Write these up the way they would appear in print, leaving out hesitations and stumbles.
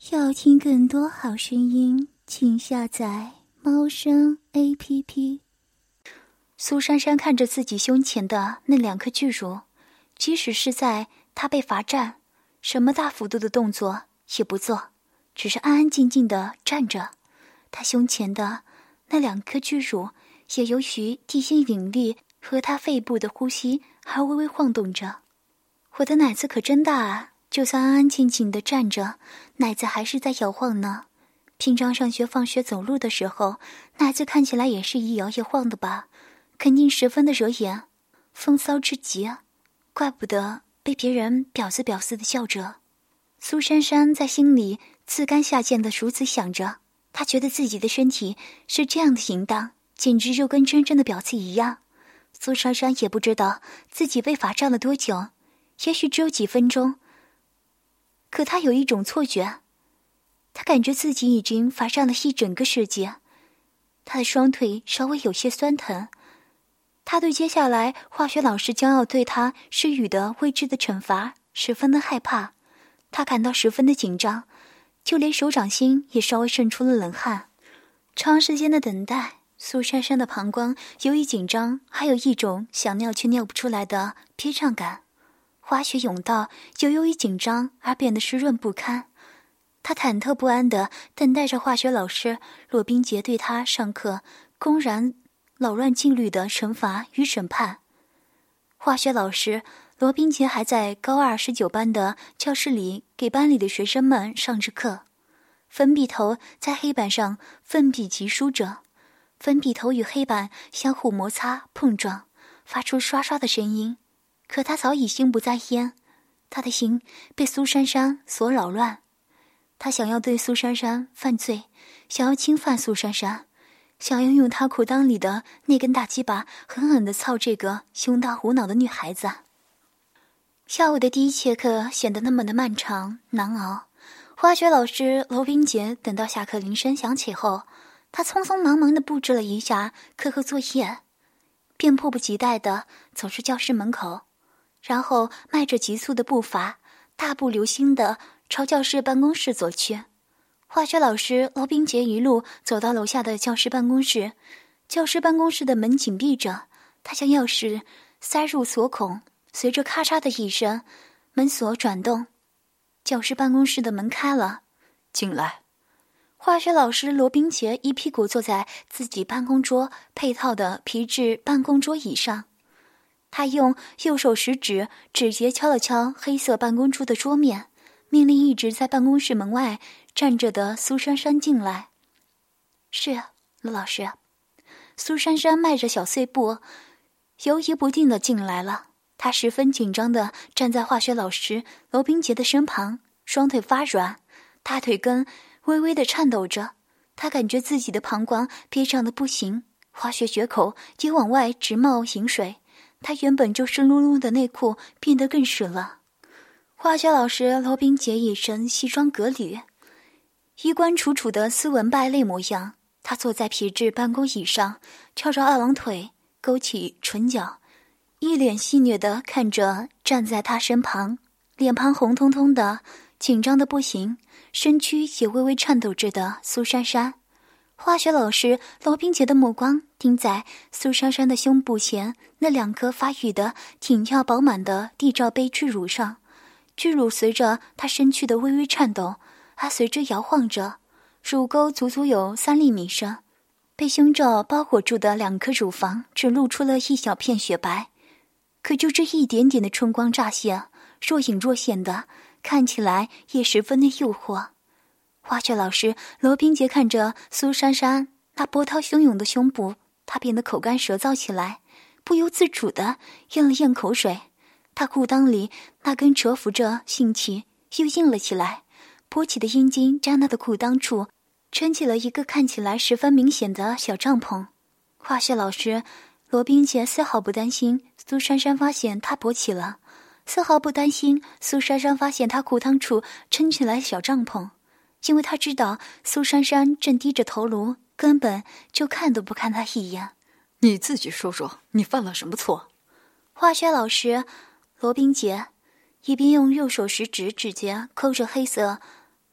要听更多好声音，请下载猫声 APP。 苏珊珊看着自己胸前的那2颗巨乳，即使是在她被罚站，什么大幅度的动作也不做，只是安安静静地站着。她胸前的那2颗巨乳也由于地心引力和她肺部的呼吸而微微晃动着。我的奶子可真大啊，就算安安静静地站着，奶子还是在摇晃呢。平常上学放学走路的时候，奶子看起来也是一摇一晃的吧，肯定十分的惹眼，风骚之极，怪不得被别人婊子婊子的叫着。苏珊珊在心里自甘下贱的如此想着，她觉得自己的身体是这样的淫荡，简直就跟真正的婊子一样。苏珊珊也不知道自己被罚站了多久，也许只有几分钟，可她有一种错觉，她感觉自己已经罚站了一整个世纪。她的双腿稍微有些酸疼，她对接下来化学老师将要对她施予的未知的惩罚十分的害怕，她感到十分的紧张，就连手掌心也稍微渗出了冷汗。长时间的等待，苏珊珊的膀胱由于紧张，还有一种想尿却尿不出来的憋胀感。化学甬道又由于紧张而变得湿润不堪，他忐忑不安地等待着化学老师罗宾杰对他上课公然扰乱纪律的惩罚与审判。化学老师罗宾杰还在高2 19班的教室里给班里的学生们上着课，粉笔头在黑板上奋笔疾书着，粉笔头与黑板相互摩擦碰撞，发出刷刷的声音。可他早已心不在焉，他的心被苏珊珊所扰乱。他想要对苏珊珊犯罪，想要侵犯苏珊珊，想要用他裤裆里的那根大鸡巴狠狠地操这个胸大无脑的女孩子。下午的第1节课显得那么的漫长难熬。化学老师罗宾杰等到下课铃声响起后，他匆匆忙忙地布置了一下课后作业，便迫不及待地走出教室门口，然后迈着急促的步伐，大步流星地朝教室办公室走去。化学老师罗宾杰一路走到楼下的教室办公室，教室办公室的门紧闭着，他将钥匙塞入锁孔，随着咔嚓的一声，门锁转动，教室办公室的门开了。 进来。 化学老师罗宾杰一屁股坐在自己办公桌配套的皮质办公桌椅上，他用右手食指指节敲了敲黑色办公桌的桌面，命令一直在办公室门外站着的苏珊珊进来。是，罗老师。苏珊珊迈着小碎步，犹疑不定地进来了。她十分紧张地站在化学老师罗宾杰的身旁，双腿发软，大腿根微微地颤抖着。她感觉自己的膀胱憋胀得不行，化学血口也往外直冒淫水。他原本就湿漉漉的内裤变得更湿了。化学老师罗宾杰一身西装革履，衣冠楚楚的斯文败类模样。他坐在皮质办公椅上，翘着2郎腿，勾起唇角，一脸戏谑地看着站在他身旁，脸庞红彤彤的，紧张的不行，身躯也微微颤抖着的苏珊珊。化学老师罗宾杰的目光盯在苏珊珊的胸部前那2颗发育的挺翘饱满的地罩杯巨乳上，巨乳随着她身躯的微微颤抖还随之摇晃着，乳沟足足有3厘米深，被胸罩包裹住的2颗乳房只露出了一小片雪白，可就这一点点的春光乍现，若隐若现的，看起来也十分的诱惑。化学老师罗宾杰看着苏珊珊那波涛汹涌的胸部，他变得口干舌燥起来，不由自主地咽了咽口水。他裤裆里那根蛰伏着性器又硬了起来，勃起的阴茎在他的裤裆处撑起了一个看起来十分明显的小帐篷。化学老师罗宾杰丝毫不担心苏珊珊发现他勃起了，丝毫不担心苏珊珊发现他裤裆处撑起来小帐篷，因为他知道苏珊珊正低着头颅，根本就看都不看他一眼。 你自己说说，你犯了什么错？ 化学老师罗宾杰一边用右手食指指节抠着黑色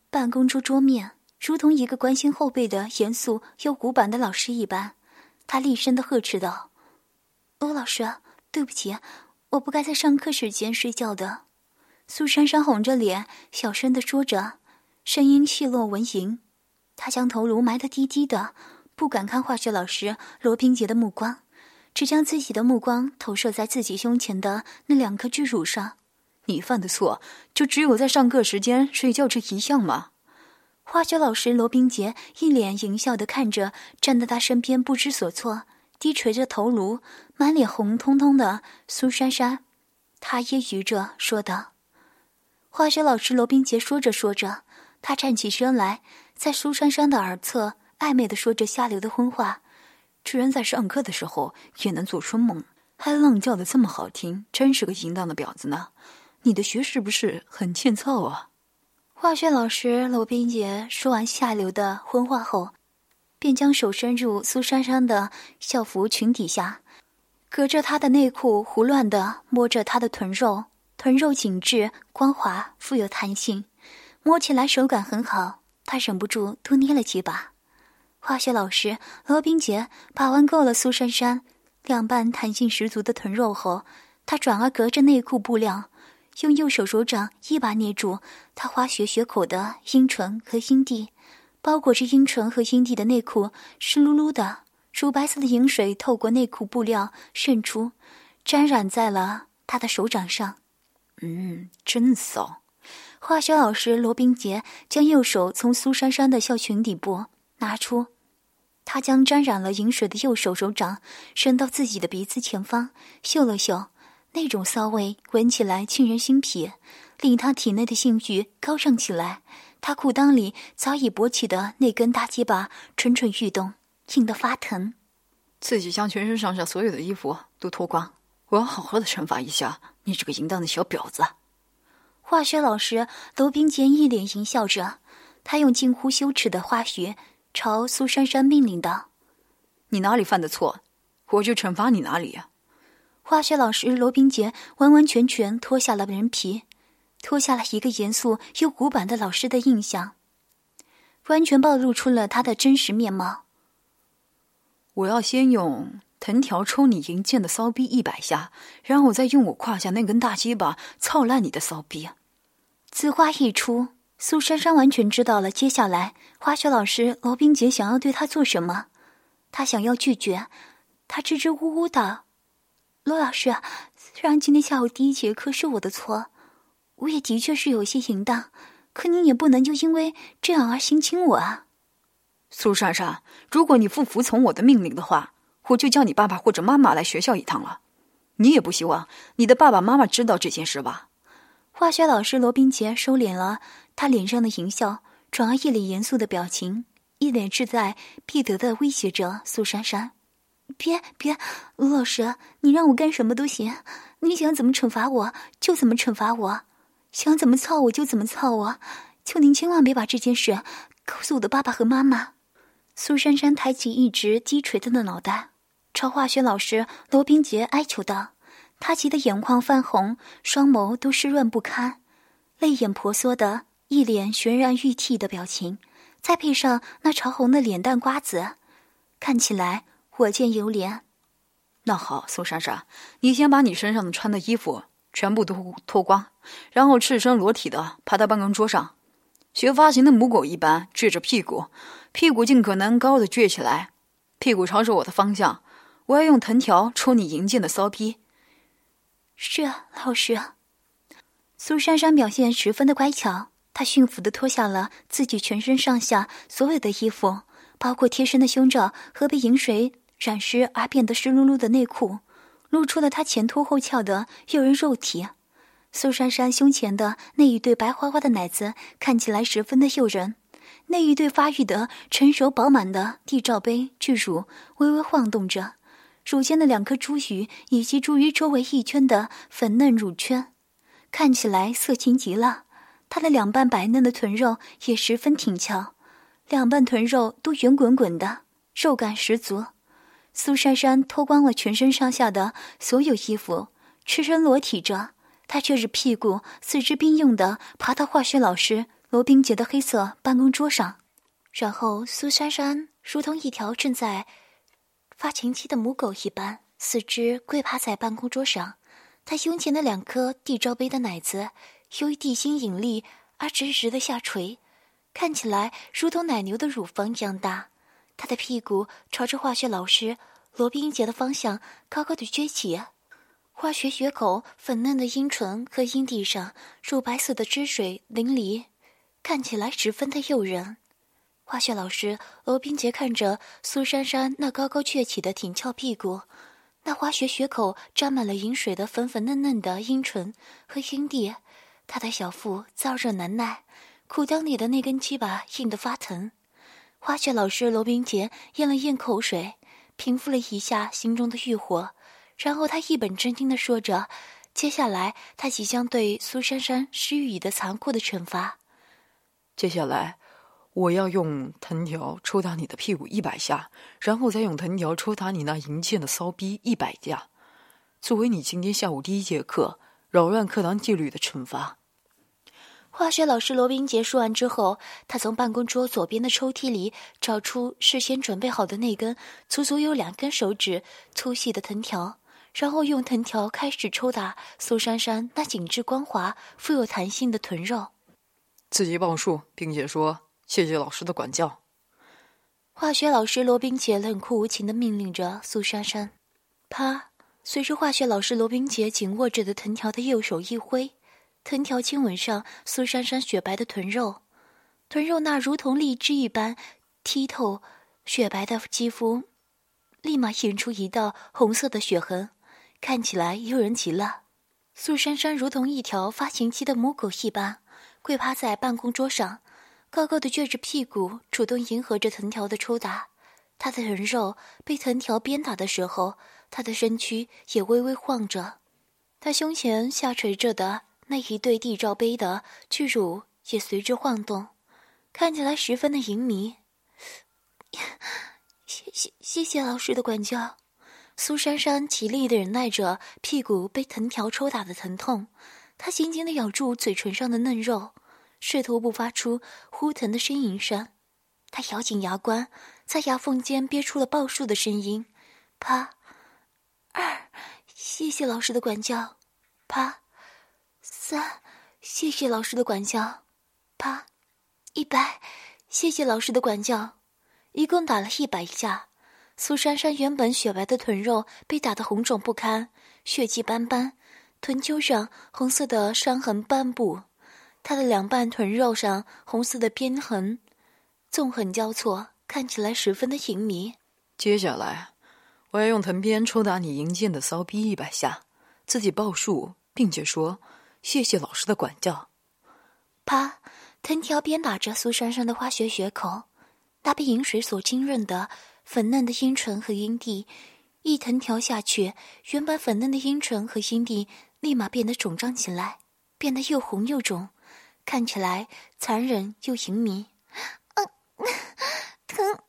办公桌桌面如同一个关心后辈的严肃又古板的老师一般，他厉声地呵斥道：“罗老师，对不起，我不该在上课时间睡觉的。”苏珊珊红着脸小声地说着，声音细落蚊蝇。她将头颅埋得低低的，不敢看化学老师罗宾杰的目光，只将自己的目光投射在自己胸前的那2颗巨乳上。 你犯的错就只有在上课时间睡觉这一项吗？ 化学老师罗宾杰一脸淫笑地看着站在他身边不知所措、低垂着头颅、满脸红彤彤的苏珊珊，他揶揄着说道。化学老师罗宾杰说着说着，他站起身来，在苏珊珊的耳侧暧昧地说着下流的荤话。 居然在上课的时候也能做春梦，还浪叫得这么好听，真是个淫荡的婊子呢。你的学是不是很欠操啊？ 化学老师罗宾杰说完下流的荤话后，便将手伸入苏珊珊的校服裙底下，隔着她的内裤胡乱地摸着她的臀肉，臀肉紧致光滑，富有弹性，摸起来手感很好，他忍不住多捏了几把。化学老师罗宾杰把玩够了苏珊珊两瓣弹性十足的臀肉后，他转而隔着内裤布料，用右手手掌一把捏住她花穴穴口的阴唇和阴蒂，包裹着阴唇和阴蒂的内裤湿漉漉的，乳白色的饮水透过内裤布料渗出，沾染在了她的手掌上。 真骚。 化学老师罗宾杰将右手从苏珊珊的校裙底部拿出，他将沾染了饮水的右手手掌伸到自己的鼻子前方，嗅了嗅，那种骚味闻起来沁人心脾，令他体内的性欲高涨起来。他裤裆里早已勃起的那根大鸡巴蠢蠢欲动，硬得发疼。 自己将全身上下所有的衣服都脱光，我要好好的惩罚一下你这个淫荡的小婊子。 化学老师罗宾杰一脸淫笑着，他用近乎羞耻的话语朝苏珊珊命令道：“ 你哪里犯的错，我就惩罚你哪里啊。” 化学老师罗宾杰完完全全脱下了人皮，脱下了一个严肃又古板的老师的印象，完全暴露出了他的真实面貌。 我要先用藤条抽你银剑的骚逼100下，然后再用我胯下那根大鸡巴操烂你的骚逼。 此话一出，苏珊珊完全知道了接下来化学老师罗宾杰想要对她做什么。她想要拒绝，她支支吾吾道：“罗老师，虽然今天下午第1节课是我的错，我也的确是有些淫荡，可您也不能就因为这样而性侵我啊。” 苏珊珊，如果你不服从我的命令的话，我就叫你爸爸或者妈妈来学校一趟了。你也不希望你的爸爸妈妈知道这件事吧？ 化学老师罗宾杰收敛了他脸上的淫笑，转而一脸严肃的表情，一脸志在必得的威胁着苏珊珊：“别，罗老师，你让我干什么都行，你想怎么惩罚我就怎么惩罚我，想怎么操我就怎么操我，求您千万别把这件事告诉我的爸爸和妈妈。”苏珊珊抬起一直低垂的脑袋，朝化学老师罗宾杰哀求道。他急得眼眶泛红，双眸都湿润不堪，泪眼婆娑的一脸悬然欲涕的表情，再配上那潮红的脸蛋瓜子，看起来我见犹怜。 那好，苏珊珊，你先把你身上的穿的衣服全部都脱光，然后赤身裸体的趴在办公桌上，学发型的母狗一般撅着屁股，屁股尽可能高的撅起来，屁股朝着我的方向。我要用藤条抽你银剑的骚逼。 是啊，老师。苏珊珊表现十分的乖巧，她驯服地脱下了自己全身上下所有的衣服，包括贴身的胸罩和被饮水染湿而变得湿漉漉的内裤，露出了她前凸后翘的诱人肉体。苏珊珊胸前的那一对白花花的奶子看起来十分的诱人，那一对发育的成熟饱满的地罩杯巨乳微微晃动着，乳尖的2颗珠鱼以及珠鱼周围一圈的粉嫩乳圈，看起来色情极了。她的2瓣白嫩的臀肉也十分挺翘，2瓣臀肉都圆滚滚的，肉感十足。苏珊珊脱光了全身上下的所有衣服，赤身裸体着，她却是屁股四肢并用的爬到化学老师罗宾杰的黑色办公桌上，然后苏珊珊如同一条正在发情期的母狗一般，四肢跪趴在办公桌上。她胸前的2颗地罩杯的奶子由于地心引力而直直的下垂，看起来如同奶牛的乳房一样大。她的屁股朝着化学老师罗宾杰的方向高高的撅起，化学血口粉嫩的阴唇和阴蒂上乳白色的汁水淋漓，看起来十分的诱人。化学老师罗宾杰看着苏珊珊那高高撅起的挺翘屁股，那化学血口沾满了饮水的粉粉嫩嫩的阴唇和阴蒂，他的小腹燥热难耐，裤裆里的那根鸡巴硬得发疼。化学老师罗宾杰咽了咽口水，平复了一下心中的欲火，然后他一本正经地说着，接下来他即将对苏珊珊施予以的残酷的惩罚。 接下来我要用藤条抽打你的屁股100下，然后再用藤条抽打你那淫贱的骚逼100下，作为你今天下午第1节课扰乱课堂纪律的惩罚。 化学老师罗宾杰说完之后，他从办公桌左边的抽屉里找出事先准备好的那根足足有2根手指粗细的藤条，然后用藤条开始抽打苏珊珊那紧致光滑富有弹性的臀肉。 自己报数，并且说谢谢老师的管教。 化学老师罗宾杰冷酷无情地命令着苏珊珊。啪！随着化学老师罗宾杰紧握着的藤条的右手一挥，藤条亲吻上苏珊珊雪白的臀肉，臀肉那如同荔枝一般剔透雪白的肌肤立马hiện出一道红色的血痕，看起来诱人极了。苏珊珊如同一条发情期的母狗一般跪趴在办公桌上，高高的撅着屁股，主动迎合着藤条的抽打。她的人肉被藤条鞭打的时候，她的身躯也微微晃着，她胸前下垂着的那一对地罩杯的巨乳也随之晃动，看起来十分的淫靡。谢谢老师的管教。苏珊珊极力地忍耐着屁股被藤条抽打的疼痛，她紧紧地咬住嘴唇上的嫩肉，试图不发出呼疼的呻吟声。她咬紧牙关，在牙缝间憋出了报数的声音：啪，2，谢谢老师的管教；啪，3，谢谢老师的管教；啪，100，谢谢老师的管教。一共打了100下。苏珊珊原本雪白的臀肉被打得红肿不堪，血迹斑斑，臀丘上红色的伤痕斑布，她的两瓣臀肉上红色的边痕纵横交错，看起来十分的淫靡。 接下来我要用藤鞭抽打你淫贱的骚逼100下，自己报数，并且说谢谢老师的管教。 啪！藤条鞭打着苏珊珊的化学血口，那被饮水所浸润的粉嫩的阴唇和阴蒂，一藤条下去，原本粉嫩的阴唇和阴蒂立马变得肿胀起来，变得又红又肿，看起来残忍又淫靡。疼！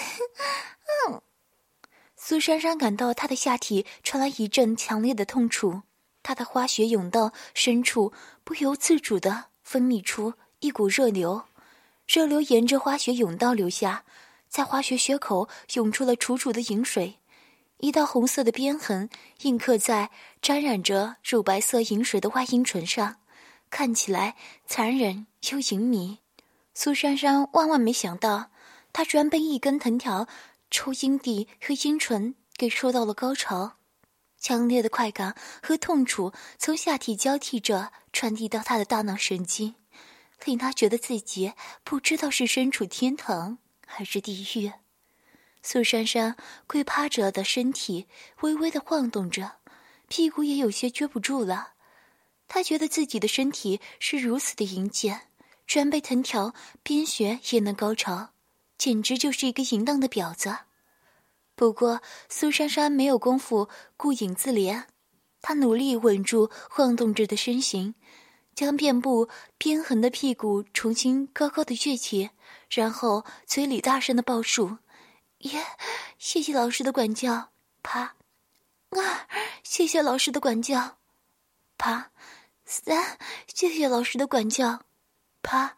苏珊珊感到她的下体传来一阵强烈的痛楚，她的花穴甬道深处不由自主地分泌出一股热流，热流沿着花穴甬道流下，在花穴穴口涌出了楚楚的饮水，一道红色的边痕印刻在沾染着乳白色饮水的外阴唇上，看起来残忍又淫靡。苏珊珊万万没想到，她居然被一根藤条抽阴蒂和阴唇给抽到了高潮，强烈的快感和痛楚从下体交替着传递到她的大脑神经，令她觉得自己不知道是身处天堂还是地狱。苏珊珊跪趴着的身体微微地晃动着，屁股也有些撅不住了。她觉得自己的身体是如此的淫贱，居然被藤条鞭血也能高潮，简直就是一个淫荡的婊子。不过苏珊珊没有功夫顾影自怜，她努力稳住晃动着的身形，将遍布鞭痕的屁股重新高高的撅起，然后嘴里大声的报数：谢谢老师的管教。啪！2，谢谢老师的管教。啪！3，谢谢老师的管教。啪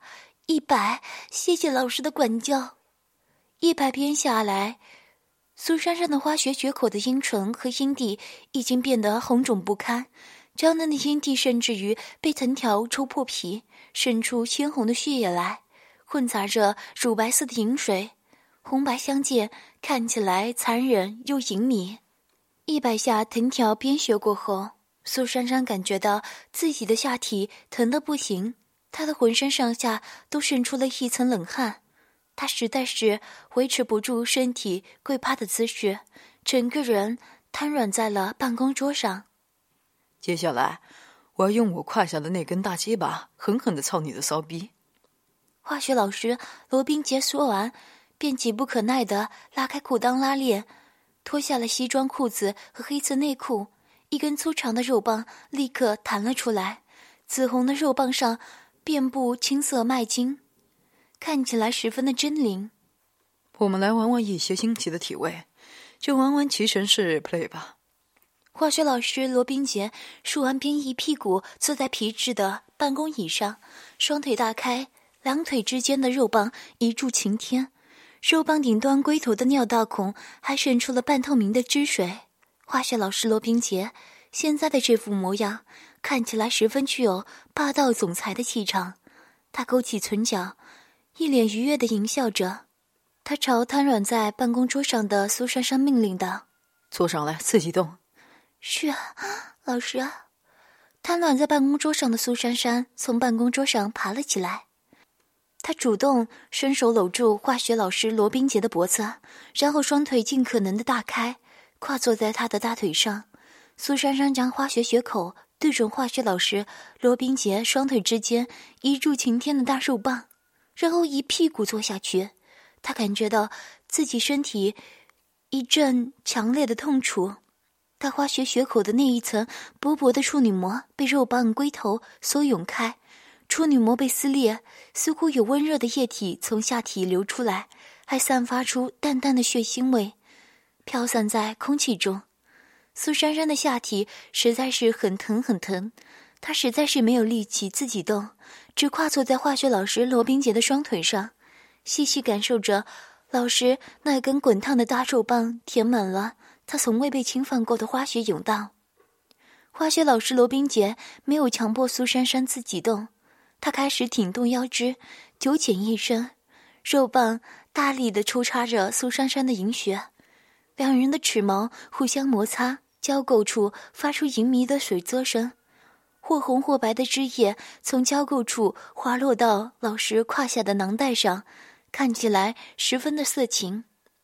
100，谢谢老师的管教。100鞭下来，苏珊珊的花穴决口的阴唇和阴蒂已经变得红肿不堪，娇嫩的阴蒂甚至于被藤条抽破皮，渗出鲜红的血液来，混杂着乳白色的饮水，红白相间，看起来残忍又隐秘。100下藤条鞭削过后，苏珊珊感觉到自己的下体疼得不行，她的浑身上下都渗出了一层冷汗，她实在是维持不住身体跪趴的姿势，整个人瘫软在了办公桌上。 接下来我要用我胯下的那根大鸡巴狠狠地操你的骚逼。 化学老师罗宾杰说完，便急不可耐地拉开裤裆拉链，脱下了西装裤子和黑色内裤，一根粗长的肉棒立刻弹了出来，紫红的肉棒上遍布青色麦筋，看起来十分的狰狞。 我们来玩玩一些新奇的体位，就玩玩骑乘式 play 吧。 化学老师罗宾杰说完，便一屁股坐在皮质的办公椅上，双腿大开，两腿之间的肉棒一柱擎天，肉棒顶端龟头的尿道孔还渗出了半透明的汁水。化学老师罗宾杰现在的这副模样看起来十分具有霸道总裁的气场，他勾起唇角，一脸愉悦地淫笑着。他朝瘫软在办公桌上的苏珊珊命令道： 坐上来，刺激动。 是啊，老师啊。瘫软在办公桌上的苏珊珊从办公桌上爬了起来，她主动伸手搂住化学老师罗宾杰的脖子，然后双腿尽可能的大开，跨坐在他的大腿上。苏珊珊将化学血口对准化学老师罗宾杰双腿之间一柱擎天的大肉棒，然后一屁股坐下去。她感觉到自己身体一阵强烈的痛楚，她化学血口的那一层薄薄的处女膜被肉棒龟头所涌开，处女膜被撕裂，似乎有温热的液体从下体流出来，还散发出淡淡的血腥味，飘散在空气中。苏珊珊的下体实在是很疼很疼，她实在是没有力气自己动，只跨坐在化学老师罗宾杰的双腿上，细细感受着老师那根滚烫的大肉棒填满了他从未被侵犯过的花穴甬道。化学老师罗宾杰没有强迫苏珊珊自己动，他开始挺动腰肢，九浅一深，肉棒大力地抽插着苏珊珊的银穴，两人的齿毛互相摩擦，交媾处发出淫靡的水啧声，或红或白的汁液从交媾处滑落到老师胯下的囊袋上，看起来十分的色情。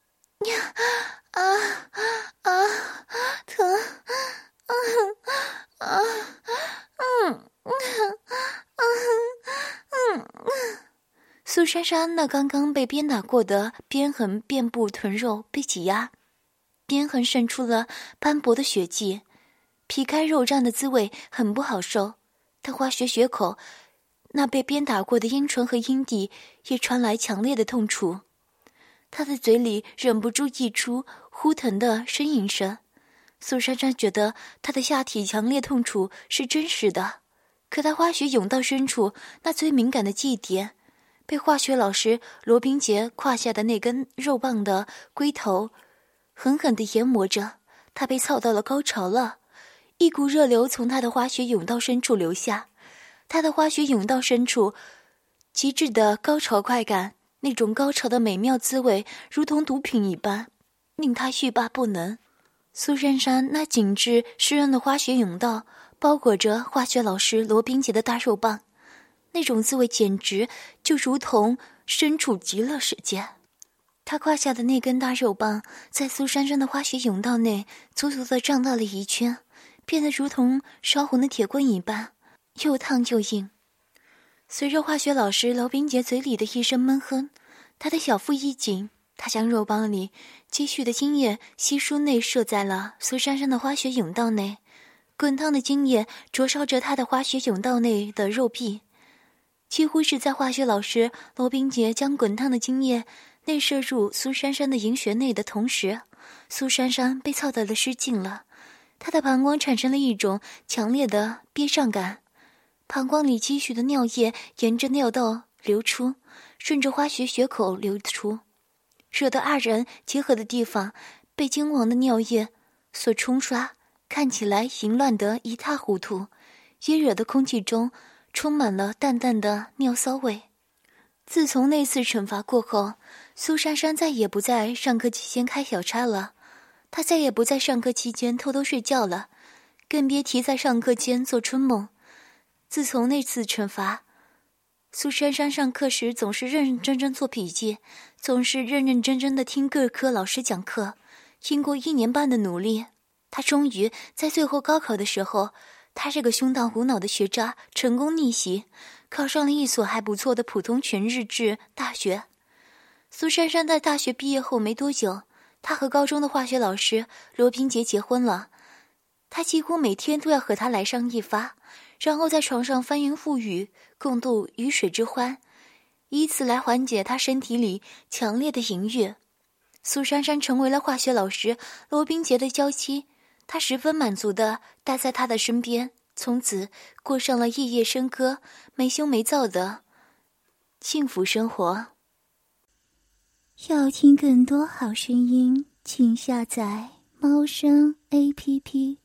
疼，苏珊珊那刚刚被鞭打过的鞭痕遍布臀肉被挤压，鞭痕渗出了斑驳的血迹，皮开肉绽的滋味很不好受。她化学血口那被鞭打过的阴唇和阴蒂也传来强烈的痛楚，她的嘴里忍不住溢出呼疼的呻吟声。苏珊珊觉得她的下体强烈痛楚是真实的，可她化学甬道深处那最敏感的祭点，被化学老师罗宾杰胯下的那根肉棒的龟头狠狠地研磨着，她被操到了高潮了，一股热流从她的化学甬道深处流下，她的化学甬道深处极致的高潮快感，那种高潮的美妙滋味如同毒品一般，令她欲罢不能。苏珊珊那紧致湿润的化学甬道包裹着化学老师罗宾杰的大肉棒，那种滋味简直就如同身处极乐世界。他胯下的那根大肉棒在苏珊珊的化学甬道内足足地胀大了一圈，变得如同烧红的铁棍一般，又烫又硬。随着化学老师罗宾杰嘴里的一声闷哼，他的小腹一紧，他将肉棒里积蓄的精液悉数内射在了苏珊珊的化学甬道内，滚烫的精液灼烧着他的化学甬道内的肉壁。几乎是在化学老师罗宾杰将滚烫的精液内射入苏珊珊的银穴内的同时，苏珊珊被操到了失禁了，她的膀胱产生了一种强烈的憋胀感，膀胱里积蓄的尿液沿着尿道流出，顺着化学血口流出，惹得二人结合的地方被精王的尿液所冲刷，看起来淫乱得一塌糊涂，也惹得空气中充满了淡淡的尿骚味。自从那次惩罚过后，苏珊珊再也不在上课期间开小差了，她再也不在上课期间偷偷睡觉了，更别提在上课间做春梦。自从那次惩罚，苏珊珊上课时总是认认真真做笔记，总是认认真真的听各科老师讲课。经过1年半的努力，她终于在最后高考的时候，她这个胸大无脑的学渣成功逆袭，考上了一所还不错的普通全日制大学。苏珊珊在大学毕业后没多久，她和高中的化学老师罗宾杰结婚了。她几乎每天都要和他来上一发，然后在床上翻云覆雨，共度鱼水之欢，以此来缓解她身体里强烈的淫欲。苏珊珊成为了化学老师罗宾杰的娇妻，她十分满足地待在他的身边，从此过上了夜夜笙歌、没羞没躁的幸福生活。 要听更多好声音，请下载猫声 APP。